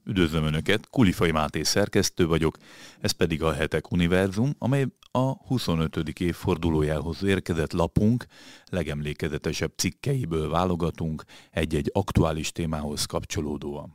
Üdvözlöm Önöket, Kulifai Máté szerkesztő vagyok, ez pedig a Hetek Univerzum, amely a 25. évfordulójához érkezett lapunk legemlékezetesebb cikkeiből válogatunk egy-egy aktuális témához kapcsolódóan.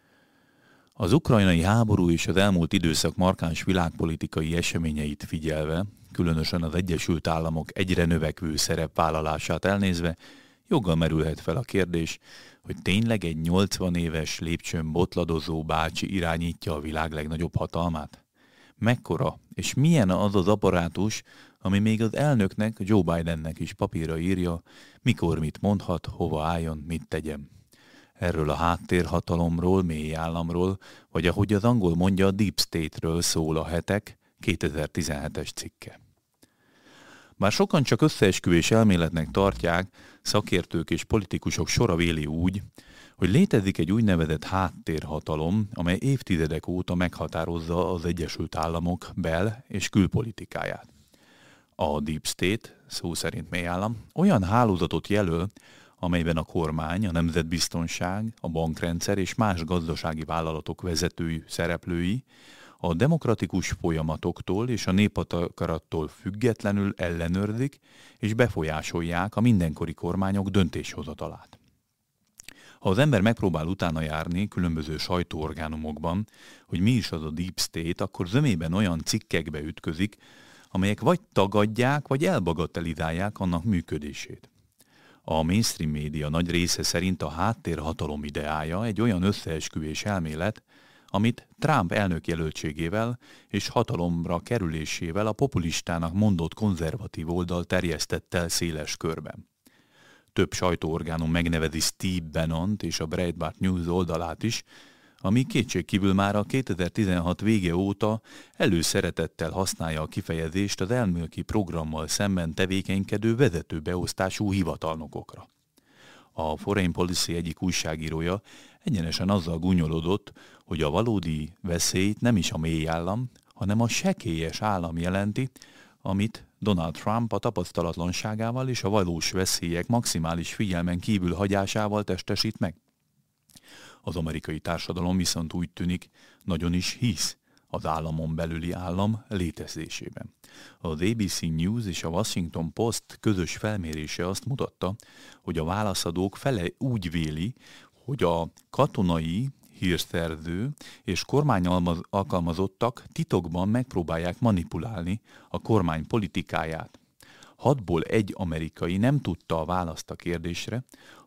Az ukrajnai háború és az elmúlt időszak markáns világpolitikai eseményeit figyelve, különösen az Egyesült Államok egyre növekvő szerepvállalását elnézve, joggal merülhet fel a kérdés, hogy tényleg egy 80 éves lépcsőn botladozó bácsi irányítja a világ legnagyobb hatalmát? Mekkora és milyen az az apparátus, ami még az elnöknek, Joe Bidennek is papírra írja, mikor mit mondhat, hova álljon, mit tegyen. Erről a háttérhatalomról, mély államról, vagy ahogy az angol mondja, a Deep State-ről szól a Hetek 2017-es cikke. Bár sokan csak összeesküvés elméletnek tartják, szakértők és politikusok sora véli úgy, hogy létezik egy úgynevezett háttérhatalom, amely évtizedek óta meghatározza az Egyesült Államok bel- és külpolitikáját. A Deep State, szó szerint mély állam, olyan hálózatot jelöl, amelyben a kormány, a nemzetbiztonság, a bankrendszer és más gazdasági vállalatok vezetői, szereplői a demokratikus folyamatoktól és a népakarattól függetlenül ellenőrzik és befolyásolják a mindenkori kormányok döntéshozatalát. Ha az ember megpróbál utána járni különböző sajtóorgánumokban, hogy mi is az a Deep State, akkor zömében olyan cikkekbe ütközik, amelyek vagy tagadják, vagy elbagatelizálják annak működését. A mainstream média nagy része szerint a háttérhatalom ideája egy olyan összeesküvés elmélet, amit Trump elnökjelöltségével és hatalomra kerülésével a populistának mondott konzervatív oldal terjesztett el széles körben. Több sajtóorgánum megnevezi Steve Bannont és a Breitbart News oldalát is, ami kétségkívül már a 2016 vége óta előszeretettel használja a kifejezést az elnöki programmal szemben tevékenykedő vezetőbeosztású hivatalnokokra. A Foreign Policy egyik újságírója egyenesen azzal gúnyolódott, hogy a valódi veszélyt nem is a mély állam, hanem a sekélyes állam jelenti, amit Donald Trump a tapasztalatlanságával és a valós veszélyek maximális figyelmen kívül hagyásával testesít meg. Az amerikai társadalom viszont úgy tűnik, nagyon is hisz az államon belüli állam létezésében. Az ABC News és a Washington Post közös felmérése azt mutatta, hogy a válaszadók fele úgy véli, hogy a katonai, hírszerző és kormányalkalmazottak titokban megpróbálják manipulálni a kormány politikáját. 6-ból 1 amerikai nem tudta a választ a kérdésre,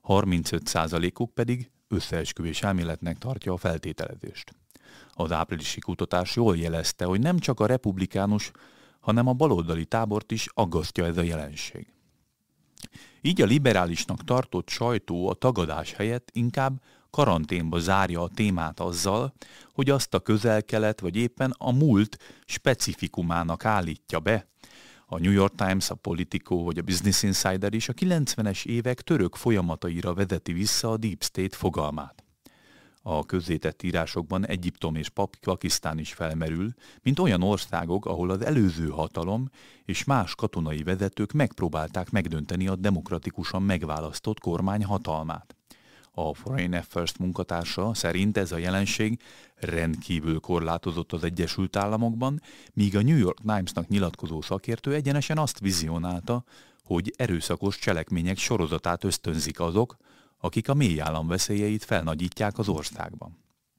35%-uk pedig összeesküvés elméletnek tartja a feltételezést. Az áprilisi kutatás jól jelezte, hogy nem csak a republikánus, hanem a baloldali tábort is aggasztja ez a jelenség. Így a liberálisnak tartott sajtó a tagadás helyett inkább karanténba zárja a témát azzal, hogy azt a Közel-Kelet vagy éppen a múlt specifikumának állítja be. A New York Times, a Politico vagy a Business Insider is a 90-es évek török folyamataira vezeti vissza a Deep State fogalmát. A közzétett írásokban Egyiptom és Pakisztán is felmerül, mint olyan országok, ahol az előző hatalom és más katonai vezetők megpróbálták megdönteni a demokratikusan megválasztott kormány hatalmát. A Foreign Affairs munkatársa szerint ez a jelenség rendkívül korlátozott az Egyesült Államokban, míg a New York Times-nak nyilatkozó szakértő egyenesen azt vizionálta, hogy erőszakos cselekmények sorozatát ösztönzik azok, akik a mély állam veszélyeit felnagyítják az országban.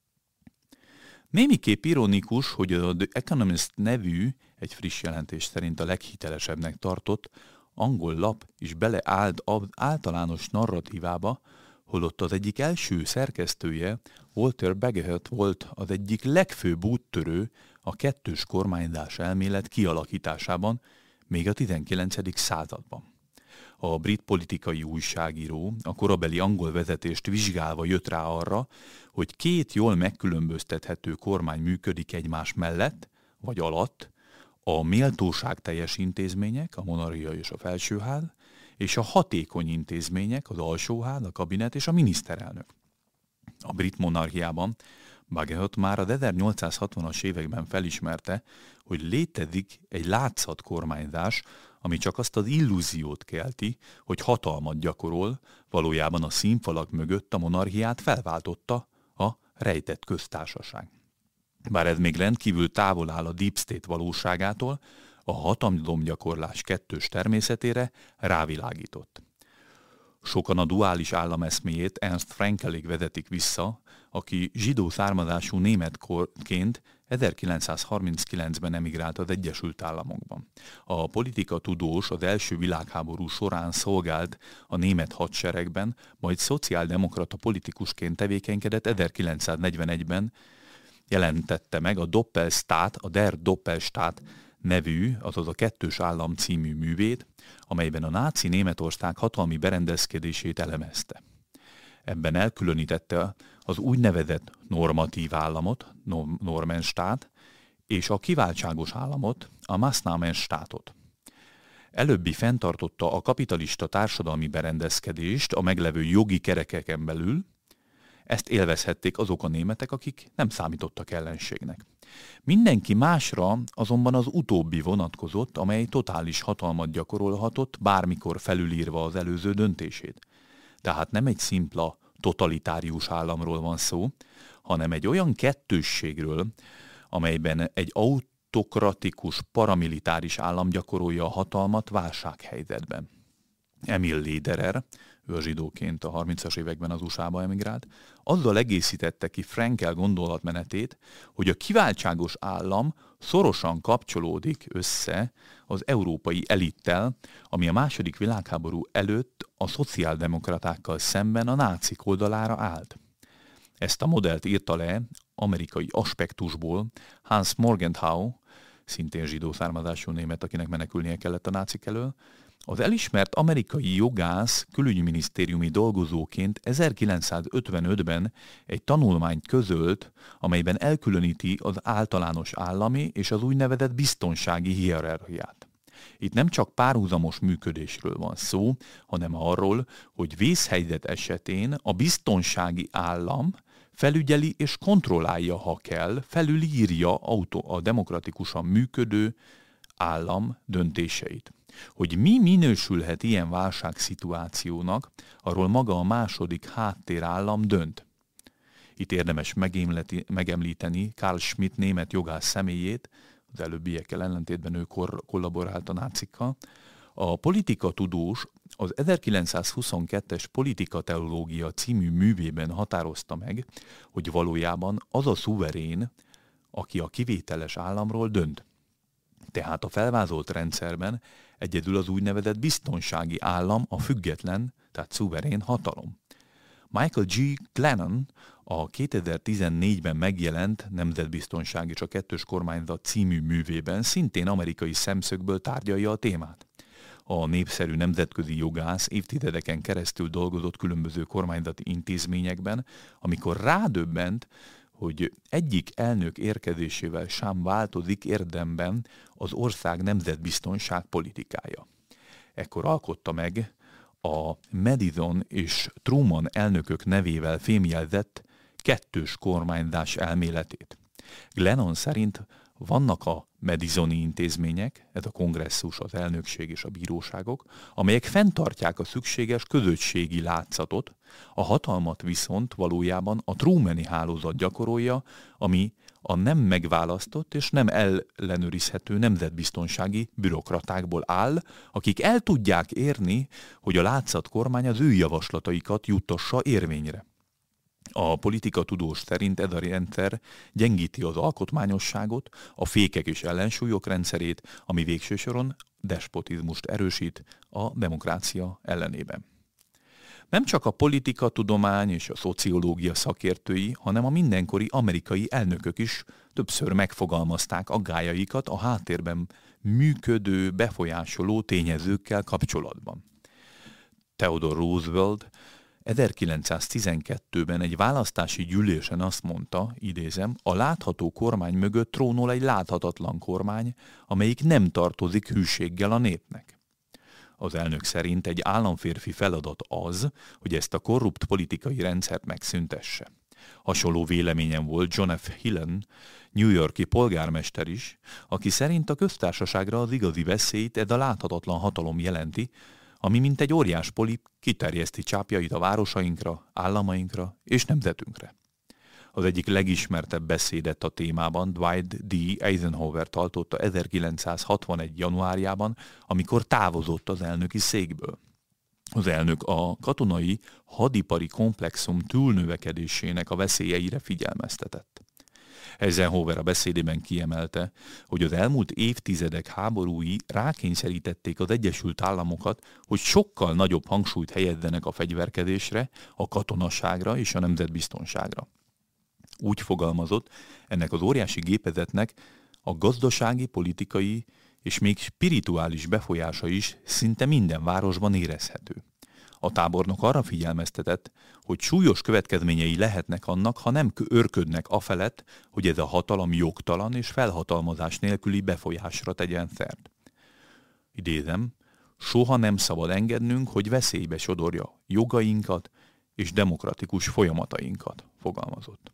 Némiképp ironikus, hogy a The Economist nevű, egy friss jelentés szerint a leghitelesebbnek tartott, angol lap is beleállt az általános narratívába, holott az egyik első szerkesztője, Walter Bagehot volt az egyik legfőbb úttörő a kettős kormányzás elmélet kialakításában, még a 19. században. A brit politikai újságíró a korabeli angol vezetést vizsgálva jött rá arra, hogy 2 jól megkülönböztethető kormány működik egymás mellett, vagy alatt, a méltóságteljes intézmények, a monarchia és a felsőház, és a hatékony intézmények, az alsóház, a kabinet és a miniszterelnök. A brit monarchiában Bagehot már az 1860-as években felismerte, hogy létezik egy látszatkormányzás, ami csak azt az illúziót kelti, hogy hatalmat gyakorol, valójában a színfalak mögött a monarchiát felváltotta a rejtett köztársaság. Bár ez még rendkívül távol áll a Deep State valóságától, a hatalomgyakorlás kettős természetére rávilágított. Sokan a duális állam eszméjét Ernst Frankelig vezetik vissza, aki zsidó származású németként 1939-ben emigrált az Egyesült Államokban. A politikatudós az első világháború során szolgált a német hadseregben, majd szociáldemokrata politikusként tevékenykedett. 1941-ben jelentette meg a Doppelstaat, a Der Doppelstaat nevű, azaz a kettős állam című művét, amelyben a náci Németország hatalmi berendezkedését elemezte. Ebben elkülönítette az úgynevezett normatív államot, Normenstaat, és a kiváltságos államot, a Maßnahmenstaatot. Előbbi fenntartotta a kapitalista társadalmi berendezkedést a meglevő jogi kerekeken belül, ezt élvezhették azok a németek, akik nem számítottak ellenségnek. Mindenki másra azonban az utóbbi vonatkozott, amely totális hatalmat gyakorolhatott, bármikor felülírva az előző döntését. Tehát nem egy szimpla totalitárius államról van szó, hanem egy olyan kettősségről, amelyben egy autokratikus paramilitáris állam gyakorolja a hatalmat válsághelyzetben. Emil Lederer, ő a zsidóként a 30-as években az USA-ba emigrált, azzal egészítette ki Frankel gondolatmenetét, hogy a kiváltságos állam szorosan kapcsolódik össze az európai elittel, ami a második világháború előtt a szociáldemokratákkal szemben a nácik oldalára állt. Ezt a modellt írta le amerikai aspektusból Hans Morgenthau, szintén zsidó származású német, akinek menekülnie kellett a nácik elől. Az elismert amerikai jogász külügyminisztériumi dolgozóként 1955-ben egy tanulmányt közölt, amelyben elkülöníti az általános állami és az úgynevezett biztonsági hierarchiát. Itt nem csak párhuzamos működésről van szó, hanem arról, hogy vészhelyzet esetén a biztonsági állam felügyeli és kontrollálja, ha kell, felülírja a demokratikusan működő állam döntéseit. Hogy mi minősülhet ilyen válságszituációnak, arról maga a második háttérállam dönt. Itt érdemes megemlíteni Carl Schmitt német jogász személyét, az előbbiekkel ellentétben ő kollaborált a nácikkal. A politikatudós az 1922-es Politikateológia című művében határozta meg, hogy valójában az a szuverén, aki a kivételes államról dönt. Tehát a felvázolt rendszerben egyedül az úgynevezett biztonsági állam a független, tehát szuverén hatalom. Michael G. Glennon a 2014-ben megjelent Nemzetbiztonság és a kettős kormányzat című művében szintén amerikai szemszögből tárgyalja a témát. A népszerű nemzetközi jogász évtizedeken keresztül dolgozott különböző kormányzati intézményekben, amikor rádöbbent, hogy egyik elnök érkezésével sem változik érdemben az ország nemzetbiztonság politikája. Ekkor alkotta meg a Madison és Truman elnökök nevével fémjelzett kettős kormányzás elméletét. Glennon szerint vannak a madisoni intézmények, ez a kongresszus, az elnökség és a bíróságok, amelyek fenntartják a szükséges közösségi látszatot, a hatalmat viszont valójában a Trumani hálózat gyakorolja, ami a nem megválasztott és nem ellenőrizhető nemzetbiztonsági bürokratákból áll, akik el tudják érni, hogy a látszatkormány az ő javaslataikat juttassa érvényre. A politikatudós szerint ez a rendszer gyengíti az alkotmányosságot, a fékek és ellensúlyok rendszerét, ami végső soron despotizmust erősít a demokrácia ellenében. Nem csak a politikatudomány és a szociológia szakértői, hanem a mindenkori amerikai elnökök is többször megfogalmazták aggályaikat a háttérben működő, befolyásoló tényezőkkel kapcsolatban. Theodore Roosevelt 1912-ben egy választási gyűlésen azt mondta, idézem, a látható kormány mögött trónol egy láthatatlan kormány, amelyik nem tartozik hűséggel a népnek. Az elnök szerint egy államférfi feladat az, hogy ezt a korrupt politikai rendszert megszüntesse. Hasonló véleményen volt John F. Hillen, New York-i polgármester is, aki szerint a köztársaságra az igazi veszélyt ez a láthatatlan hatalom jelenti, ami mint egy óriás polip kiterjeszti csápjait a városainkra, államainkra és nemzetünkre. Az egyik legismertebb beszédet a témában Dwight D. Eisenhower tartotta 1961. januárjában, amikor távozott az elnöki székből. Az elnök a katonai hadipari komplexum túlnövekedésének a veszélyeire figyelmeztetett. Eisenhower a beszédében kiemelte, hogy az elmúlt évtizedek háborúi rákényszerítették az Egyesült Államokat, hogy sokkal nagyobb hangsúlyt helyezzenek a fegyverkezésre, a katonaságra és a nemzetbiztonságra. Úgy fogalmazott, ennek az óriási gépezetnek a gazdasági, politikai és még spirituális befolyása is szinte minden városban érezhető. A tábornok arra figyelmeztetett, hogy súlyos következményei lehetnek annak, ha nem őrködnek afelett, hogy ez a hatalom jogtalan és felhatalmazás nélküli befolyásra tegyen szert. Idézem, soha nem szabad engednünk, hogy veszélybe sodorja jogainkat és demokratikus folyamatainkat, fogalmazott.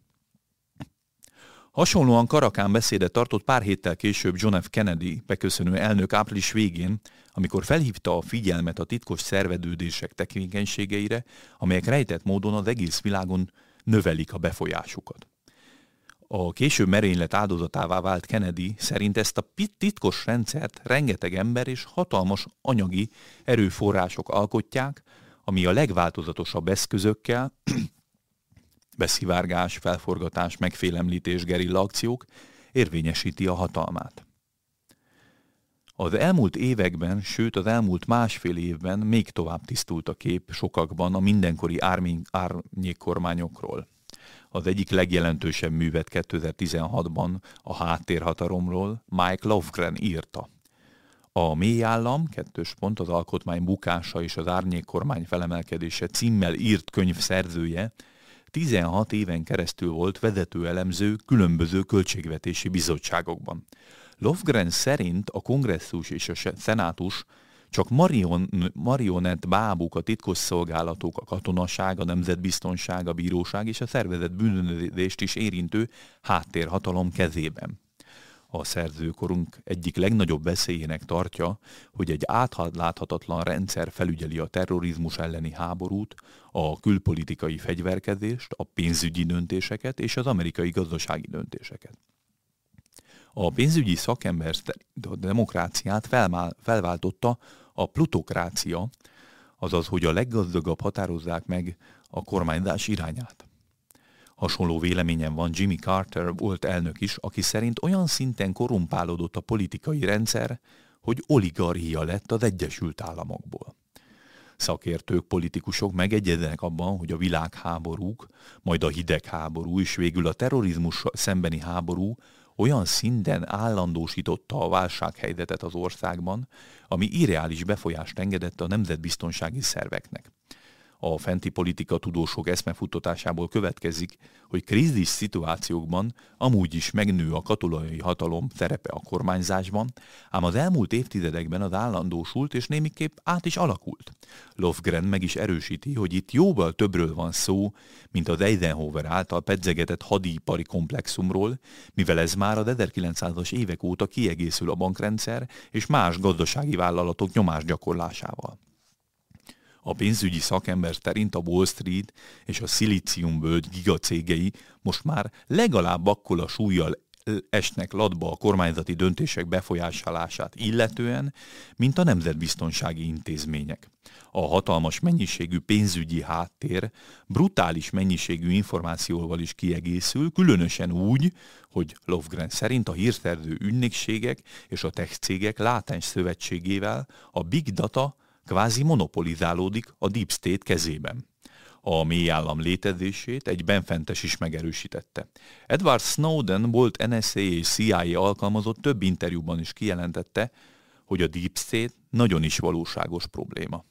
Hasonlóan karakán beszédet tartott pár héttel később John F. Kennedy beköszönő elnök április végén, amikor felhívta a figyelmet a titkos szerveződések tevékenységeire, amelyek rejtett módon az egész világon növelik a befolyásukat. A később merénylet áldozatává vált Kennedy szerint ezt a titkos rendszert rengeteg ember és hatalmas anyagi erőforrások alkotják, ami a legváltozatosabb eszközökkel, beszivárgás, felforgatás, megfélemlítés, gerilla akciók érvényesíti a hatalmát. Az elmúlt években, sőt az elmúlt másfél évben még tovább tisztult a kép sokakban a mindenkori árnyékkormányokról. Az egyik legjelentősebb művet 2016-ban a háttérhatalomról Mike Lofgren írta. A Mély állam, az alkotmány bukása és az árnyékkormány felemelkedése címmel írt könyv szerzője 16 éven keresztül volt vezető elemző különböző költségvetési bizottságokban. Lofgren szerint a kongresszus és a szenátus csak marionett bábuk, a titkosszolgálatok, a katonaság, a nemzetbiztonság, a bíróság és a szervezett bűnözést is érintő háttérhatalom kezében. A szerzőkorunk egyik legnagyobb veszélyének tartja, hogy egy átláthatatlan rendszer felügyeli a terrorizmus elleni háborút, a külpolitikai fegyverkezést, a pénzügyi döntéseket és az amerikai gazdasági döntéseket. A pénzügyi szakember a demokráciát felváltotta a plutokrácia, azaz, hogy a leggazdagabb határozzák meg a kormányzás irányát. Hasonló véleményen van Jimmy Carter volt elnök is, aki szerint olyan szinten korrumpálódott a politikai rendszer, hogy oligarchia lett az Egyesült Államokból. Szakértők, politikusok megegyeznek abban, hogy a világháborúk, majd a hidegháború és végül a terrorizmus szembeni háború olyan szinten állandósította a válsághelyzetet az országban, ami irreális befolyást engedett a nemzetbiztonsági szerveknek. A fenti politikatudósok eszmefuttatásából következik, hogy krízis szituációkban amúgy is megnő a katonai hatalom szerepe a kormányzásban, ám az elmúlt évtizedekben az állandósult és némiképp át is alakult. Lofgren meg is erősíti, hogy itt jóval többről van szó, mint az Eisenhower által pedzegetett hadipari komplexumról, mivel ez már az 1900-as évek óta kiegészül a bankrendszer és más gazdasági vállalatok nyomásgyakorlásával. A pénzügyi szakember szerint a Wall Street és a szilíciumvölgy gigacégei most már legalább akkora súllyal esnek latba a kormányzati döntések befolyásolását illetően, mint a nemzetbiztonsági intézmények. A hatalmas mennyiségű pénzügyi háttér brutális mennyiségű információval is kiegészül, különösen úgy, hogy Lofgren szerint a hírszerző ügynökségek és a tech cégek látens szövetségével a Big Data kvázi monopolizálódik a Deep State kezében. A mély állam létezését egy benfentes is megerősítette. Edward Snowden volt NSA és CIA alkalmazott több interjúban is kijelentette, hogy a Deep State nagyon is valóságos probléma.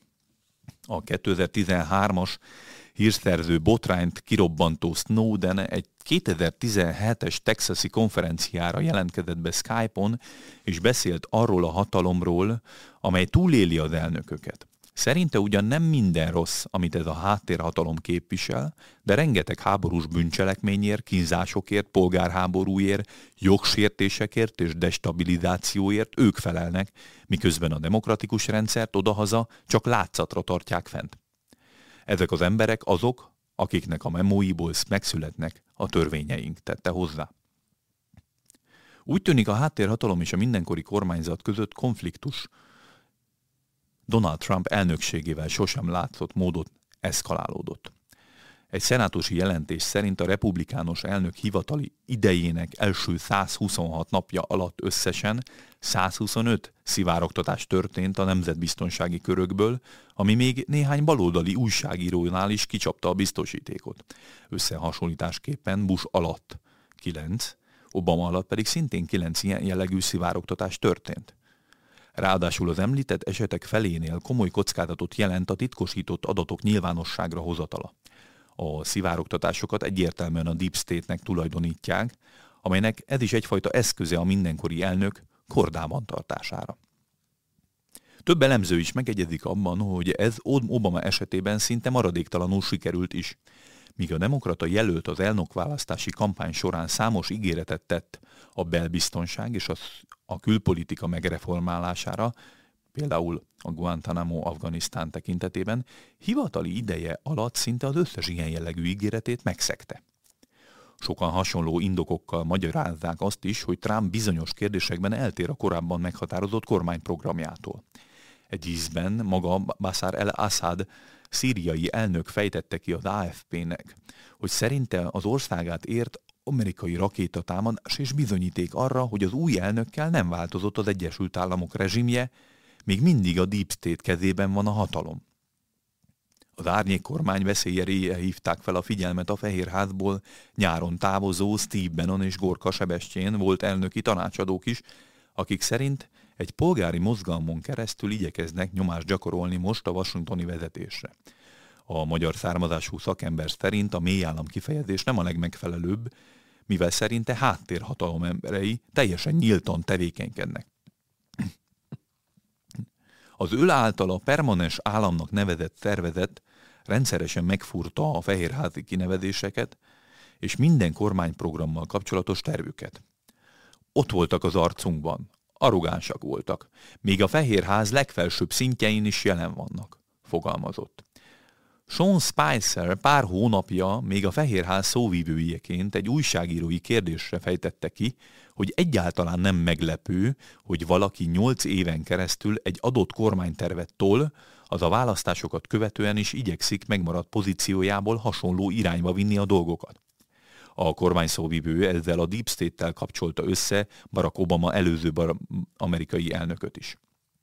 A 2013-as hírszerző botrányt kirobbantó Snowden egy 2017-es texasi konferenciára jelentkezett be Skype-on, és beszélt arról a hatalomról, amely túléli az elnököket. Szerinte ugyan nem minden rossz, amit ez a háttérhatalom képvisel, de rengeteg háborús bűncselekményért, kínzásokért, polgárháborúért, jogsértésekért és destabilizációért ők felelnek, miközben a demokratikus rendszert odahaza csak látszatra tartják fent. Ezek az emberek azok, akiknek a memóiból megszületnek a törvényeink, tette hozzá. Úgy tűnik, a háttérhatalom és a mindenkori kormányzat között konfliktus Donald Trump elnökségével sosem látszott módon eszkalálódott. Egy szenátusi jelentés szerint a republikánus elnök hivatali idejének első 126 napja alatt összesen 125 szivárogtatás történt a nemzetbiztonsági körökből, ami még néhány baloldali újságírónál is kicsapta a biztosítékot. Összehasonlításképpen Bush alatt 9, Obama alatt pedig szintén 9 ilyen jellegű szivárogtatás történt. Ráadásul az említett esetek felénél komoly kockázatot jelent a titkosított adatok nyilvánosságra hozatala. A szivárogtatásokat egyértelműen a Deep State-nek tulajdonítják, amelynek ez is egyfajta eszköze a mindenkori elnök kordában tartására. Több elemző is megegyezik abban, hogy ez Obama esetében szinte maradéktalanul sikerült is. Míg a demokrata jelölt az elnökválasztási kampány során számos ígéretet tett a belbiztonság és a külpolitika megreformálására, például a Guantánamo Afganisztán tekintetében, hivatali ideje alatt szinte az összes ilyen jellegű ígéretét megszegte. Sokan hasonló indokokkal magyarázzák azt is, hogy Trump bizonyos kérdésekben eltér a korábban meghatározott kormányprogramjától. Egy ízben maga Bashar el-Assad szíriai elnök fejtette ki az AFP-nek, hogy szerinte az országát ért amerikai rakétatámadás és bizonyíték arra, hogy az új elnökkel nem változott az Egyesült Államok rezsimje, még mindig a Deep State kezében van a hatalom. Az árnyékkormány veszélyére hívták fel a figyelmet a Fehérházból nyáron távozó Steve Bannon és Gorka Sebestyén volt elnöki tanácsadók is, akik szerint egy polgári mozgalmon keresztül igyekeznek nyomást gyakorolni most a washingtoni vezetésre. A magyar származású szakember szerint a mélyállam kifejezés nem a legmegfelelőbb, mivel szerinte háttérhatalom emberei teljesen nyíltan tevékenykednek. Az ő által a permanens államnak nevezett szervezet rendszeresen megfúrta a fehérházi kinevezéseket és minden kormányprogrammal kapcsolatos tervüket. Ott voltak az arcunkban, arrogánsak voltak, még a Fehérház legfelsőbb szintjein is jelen vannak, fogalmazott. Sean Spicer pár hónapja még a Fehérház szóvivőjeként egy újságírói kérdésre fejtette ki, hogy egyáltalán nem meglepő, hogy valaki 8 éven keresztül egy adott kormánytervet tol, az a választásokat követően is igyekszik megmaradt pozíciójából hasonló irányba vinni a dolgokat. A kormányszóvivő ezzel a Deep State-tel kapcsolta össze Barack Obama előző amerikai elnököt is.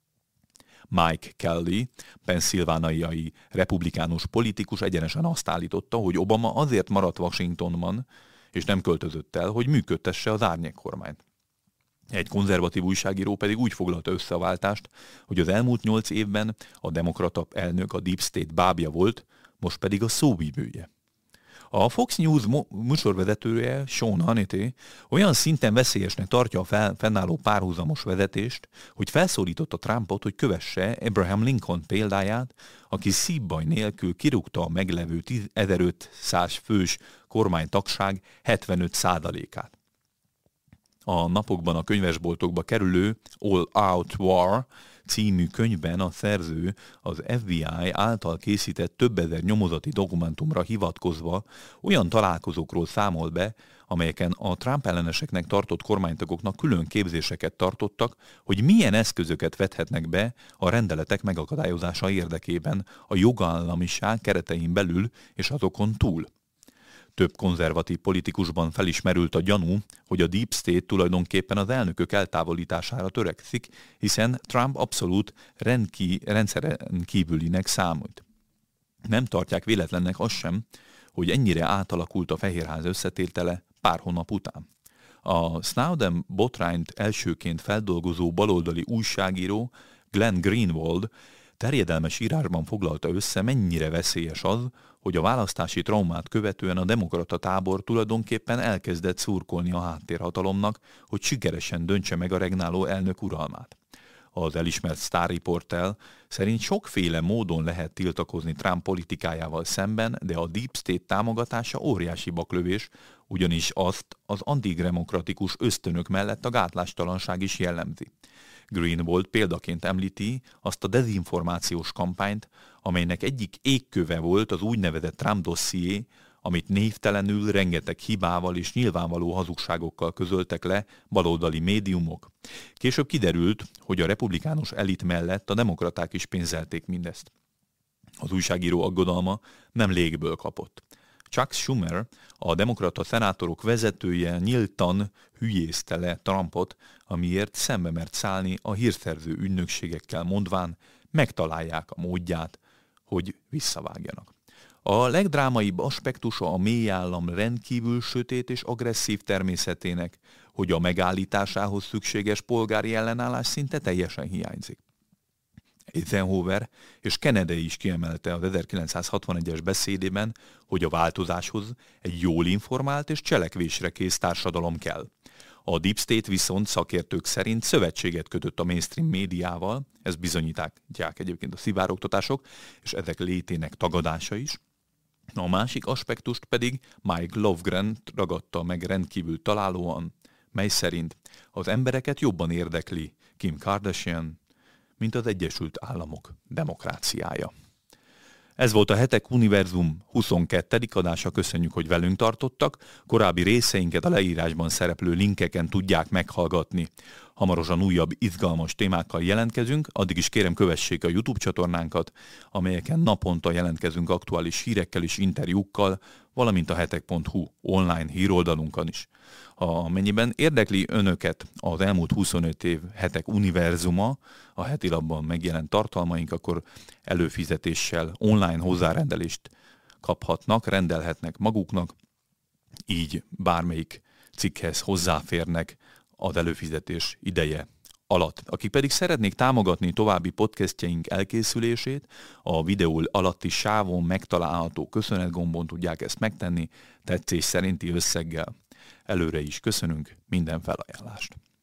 Mike Kelly, pennsylvániai republikánus politikus egyenesen azt állította, hogy Obama azért maradt Washingtonban, és nem költözött el, hogy működtesse az árnyékkormányt. Egy konzervatív újságíró pedig úgy foglalta össze a váltást, hogy az elmúlt 8 évben a demokrata elnök a Deep State bábja volt, most pedig a szóvivője. A Fox News műsorvezetője, Sean Hannity, olyan szinten veszélyesnek tartja a fennálló párhuzamos vezetést, hogy felszólította Trumpot, hogy kövesse Abraham Lincoln példáját, aki szívbaj nélkül kirúgta a meglevő 1500 fős kormánytagság 75%-át. A napokban a könyvesboltokba kerülő All Out War című könyvben a szerző az FBI által készített több ezer nyomozati dokumentumra hivatkozva olyan találkozókról számol be, amelyeken a Trump elleneseknek tartott kormánytagoknak külön képzéseket tartottak, hogy milyen eszközöket vethetnek be a rendeletek megakadályozása érdekében a jogállamiság keretein belül és azokon túl. Több konzervatív politikusban felismerült a gyanú, hogy a Deep State tulajdonképpen az elnökök eltávolítására törekszik, hiszen Trump abszolút rendszeren kívülinek számít. Nem tartják véletlennek azt sem, hogy ennyire átalakult a Fehérház összetétele pár hónap után. A Snowden botrányt elsőként feldolgozó baloldali újságíró Glenn Greenwald terjedelmes írásban foglalta össze, mennyire veszélyes az, hogy a választási traumát követően a demokrata tábor tulajdonképpen elkezdett szurkolni a háttérhatalomnak, hogy sikeresen döntse meg a regnáló elnök uralmát. az elismert Star Reporter szerint sokféle módon lehet tiltakozni Trump politikájával szemben, de a Deep State támogatása óriási baklövés, ugyanis azt az antidemokratikus ösztönök mellett a gátlástalanság is jellemzi. Greenwald példaként említi azt a dezinformációs kampányt, amelynek egyik égköve volt az úgynevezett Trump dosszié, amit névtelenül, rengeteg hibával és nyilvánvaló hazugságokkal közöltek le baloldali médiumok. Később kiderült, hogy a republikánus elit mellett a demokraták is pénzelték mindezt. Az újságíró aggodalma nem légből kapott. Chuck Schumer, a demokrata szenátorok vezetője nyíltan hülyézte le Trumpot, amiért szembe mert szállni a hírszerző ügynökségekkel, mondván megtalálják a módját, hogy visszavágjanak. A legdrámaibb aspektusa a mélyállam rendkívül sötét és agresszív természetének, hogy a megállításához szükséges polgári ellenállás szinte teljesen hiányzik. Eisenhower és Kennedy is kiemelte az 1961-es beszédében, hogy a változáshoz egy jól informált és cselekvésre kész társadalom kell. A Deep State viszont szakértők szerint szövetséget kötött a mainstream médiával, ezt bizonyítják egyébként a szivárogtatások, és ezek létének tagadása is. A másik aspektust pedig Mike Lovgren ragadta meg rendkívül találóan, mely szerint az embereket jobban érdekli Kim Kardashian, mint az Egyesült Államok demokráciája. Ez volt a Hetek Univerzum 22. adása, köszönjük, hogy velünk tartottak. Korábbi részeinket a leírásban szereplő linkeken tudják meghallgatni. Hamarosan újabb izgalmas témákkal jelentkezünk, addig is kérem kövessék a YouTube csatornánkat, amelyeken naponta jelentkezünk aktuális hírekkel és interjúkkal, valamint a hetek.hu online híroldalunkon is. Amennyiben érdekli önöket az elmúlt 25 év Hetek Univerzuma, a heti labban megjelent tartalmaink, akkor előfizetéssel online hozzárendelést kaphatnak, rendelhetnek maguknak, így bármelyik cikkhez hozzáférnek az előfizetés ideje alatt. Akik pedig szeretnék támogatni további podcastjaink elkészülését, a videó alatti sávon megtalálható köszönetgombon tudják ezt megtenni, tetszés szerinti összeggel. Előre is köszönünk minden felajánlást.